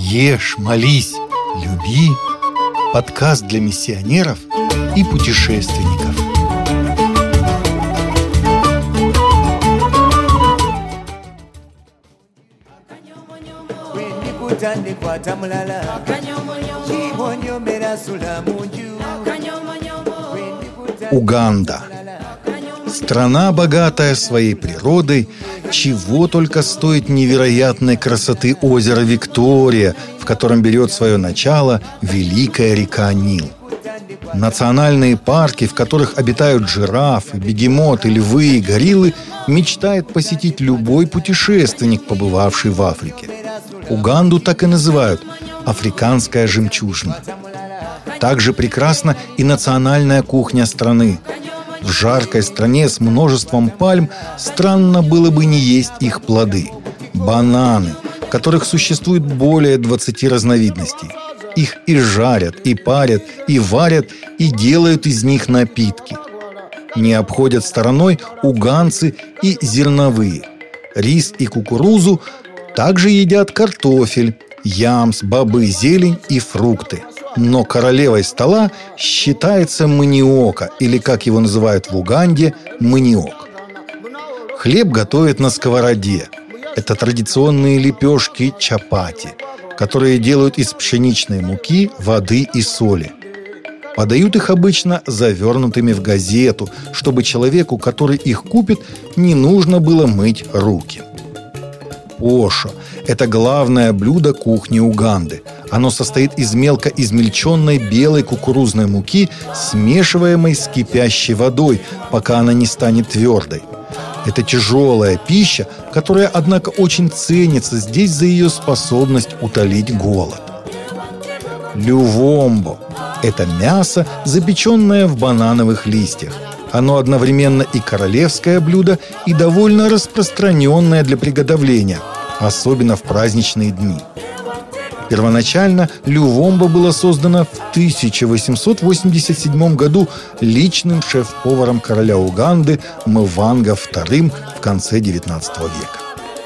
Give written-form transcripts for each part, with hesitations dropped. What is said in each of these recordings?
Ешь, молись, люби. Подкаст для миссионеров и путешественников. Уганда. Страна, богатая своей природой, чего только стоит невероятной красоты озеро Виктория, в котором берет свое начало великая река Нил. Национальные парки, в которых обитают жирафы, бегемоты, львы и гориллы, мечтает посетить любой путешественник, побывавший в Африке. Уганду так и называют «Африканская жемчужина». Также прекрасна и национальная кухня страны. В жаркой стране с множеством пальм странно было бы не есть их плоды – бананы, которых существует более 20 разновидностей. Их и жарят, и парят, и варят, и делают из них напитки. Не обходят стороной уганцы и зерновые. Рис и кукурузу, также едят картофель, ямс, бобы, зелень и фрукты. Но королевой стола считается маниока, или, как его называют в Уганде, маниок. Хлеб готовят на сковороде. Это традиционные лепешки чапати, которые делают из пшеничной муки, воды и соли. Подают их обычно завернутыми в газету, чтобы человеку, который их купит, не нужно было мыть руки. Ошо – это главное блюдо кухни Уганды. Оно состоит из мелко измельченной белой кукурузной муки, смешиваемой с кипящей водой, пока она не станет твердой. Это тяжелая пища, которая, однако, очень ценится здесь за ее способность утолить голод. Лювомбо – это мясо, запеченное в банановых листьях. Оно одновременно и королевское блюдо, и довольно распространенное для приготовления, особенно в праздничные дни. Первоначально лювомбо было создано в 1887 году личным шеф-поваром короля Уганды Мванга II в конце XIX века.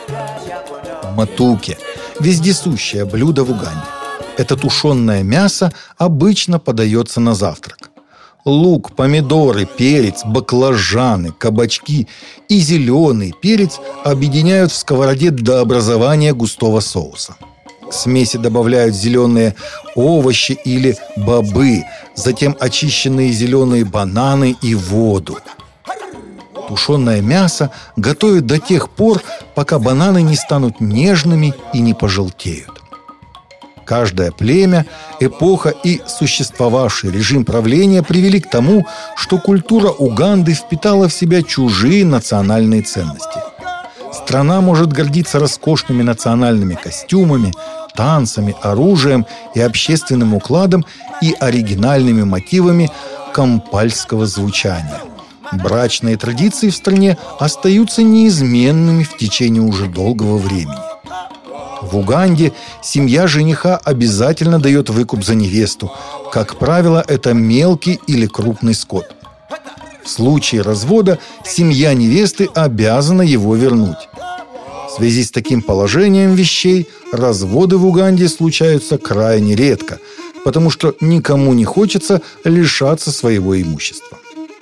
Матуке – вездесущее блюдо в Уганде. Это тушеное мясо обычно подается на завтрак. Лук, помидоры, перец, баклажаны, кабачки и зеленый перец объединяют в сковороде до образования густого соуса. К смеси добавляют зеленые овощи или бобы, затем очищенные зеленые бананы и воду. Тушеное мясо готовят до тех пор, пока бананы не станут нежными и не пожелтеют. Каждое племя, эпоха и существовавший режим правления привели к тому, что культура Уганды впитала в себя чужие национальные ценности. Страна может гордиться роскошными национальными костюмами, танцами, оружием и общественным укладом и оригинальными мотивами кампальского звучания. Брачные традиции в стране остаются неизменными в течение уже долгого времени. В Уганде семья жениха обязательно дает выкуп за невесту. Как правило, это мелкий или крупный скот. В случае развода семья невесты обязана его вернуть. В связи с таким положением вещей разводы в Уганде случаются крайне редко, потому что никому не хочется лишаться своего имущества.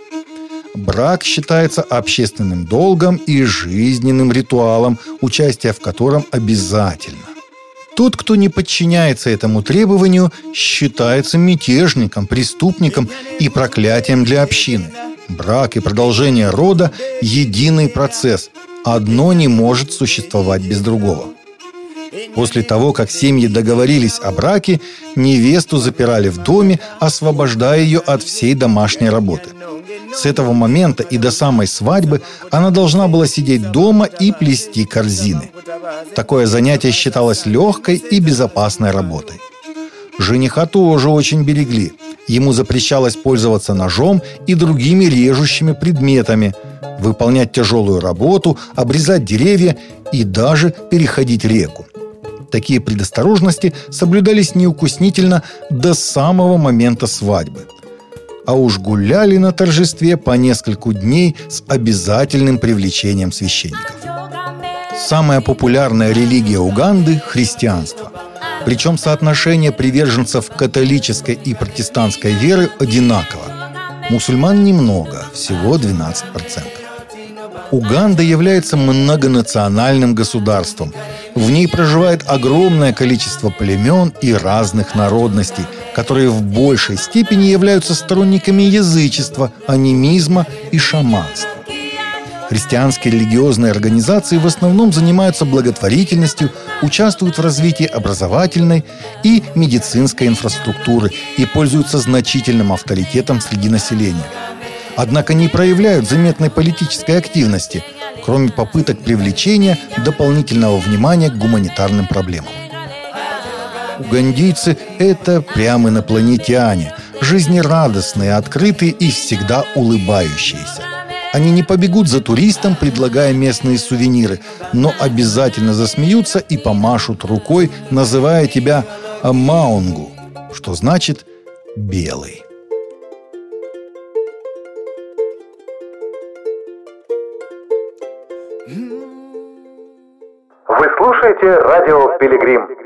Брак считается общественным долгом и жизненным ритуалом, участие в котором обязательно. Тот, кто не подчиняется этому требованию, считается мятежником, преступником и проклятием для общины. Брак и продолжение рода – единый процесс. Одно не может существовать без другого. После того, как семьи договорились о браке, невесту запирали в доме, освобождая ее от всей домашней работы. С этого момента и до самой свадьбы она должна была сидеть дома и плести корзины. Такое занятие считалось легкой и безопасной работой. Жениха тоже очень берегли. Ему запрещалось пользоваться ножом и другими режущими предметами, выполнять тяжелую работу, обрезать деревья и даже переходить реку. Такие предосторожности соблюдались неукоснительно до самого момента свадьбы. А уж гуляли на торжестве по нескольку дней с обязательным привлечением священников. Самая популярная религия Уганды – христианство. Причем соотношение приверженцев католической и протестантской веры одинаково. Мусульман немного, всего 12%. Уганда является многонациональным государством. В ней проживает огромное количество племен и разных народностей, которые в большей степени являются сторонниками язычества, анимизма и шаманства. Христианские религиозные организации в основном занимаются благотворительностью, участвуют в развитии образовательной и медицинской инфраструктуры и пользуются значительным авторитетом среди населения. Однако не проявляют заметной политической активности, кроме попыток привлечения дополнительного внимания к гуманитарным проблемам. Угандийцы – это прям инопланетяне, жизнерадостные, открытые и всегда улыбающиеся. Они не побегут за туристом, предлагая местные сувениры, но обязательно засмеются и помашут рукой, называя тебя Амаунгу, что значит «белый». Вы слушаете радио «Пилигрим».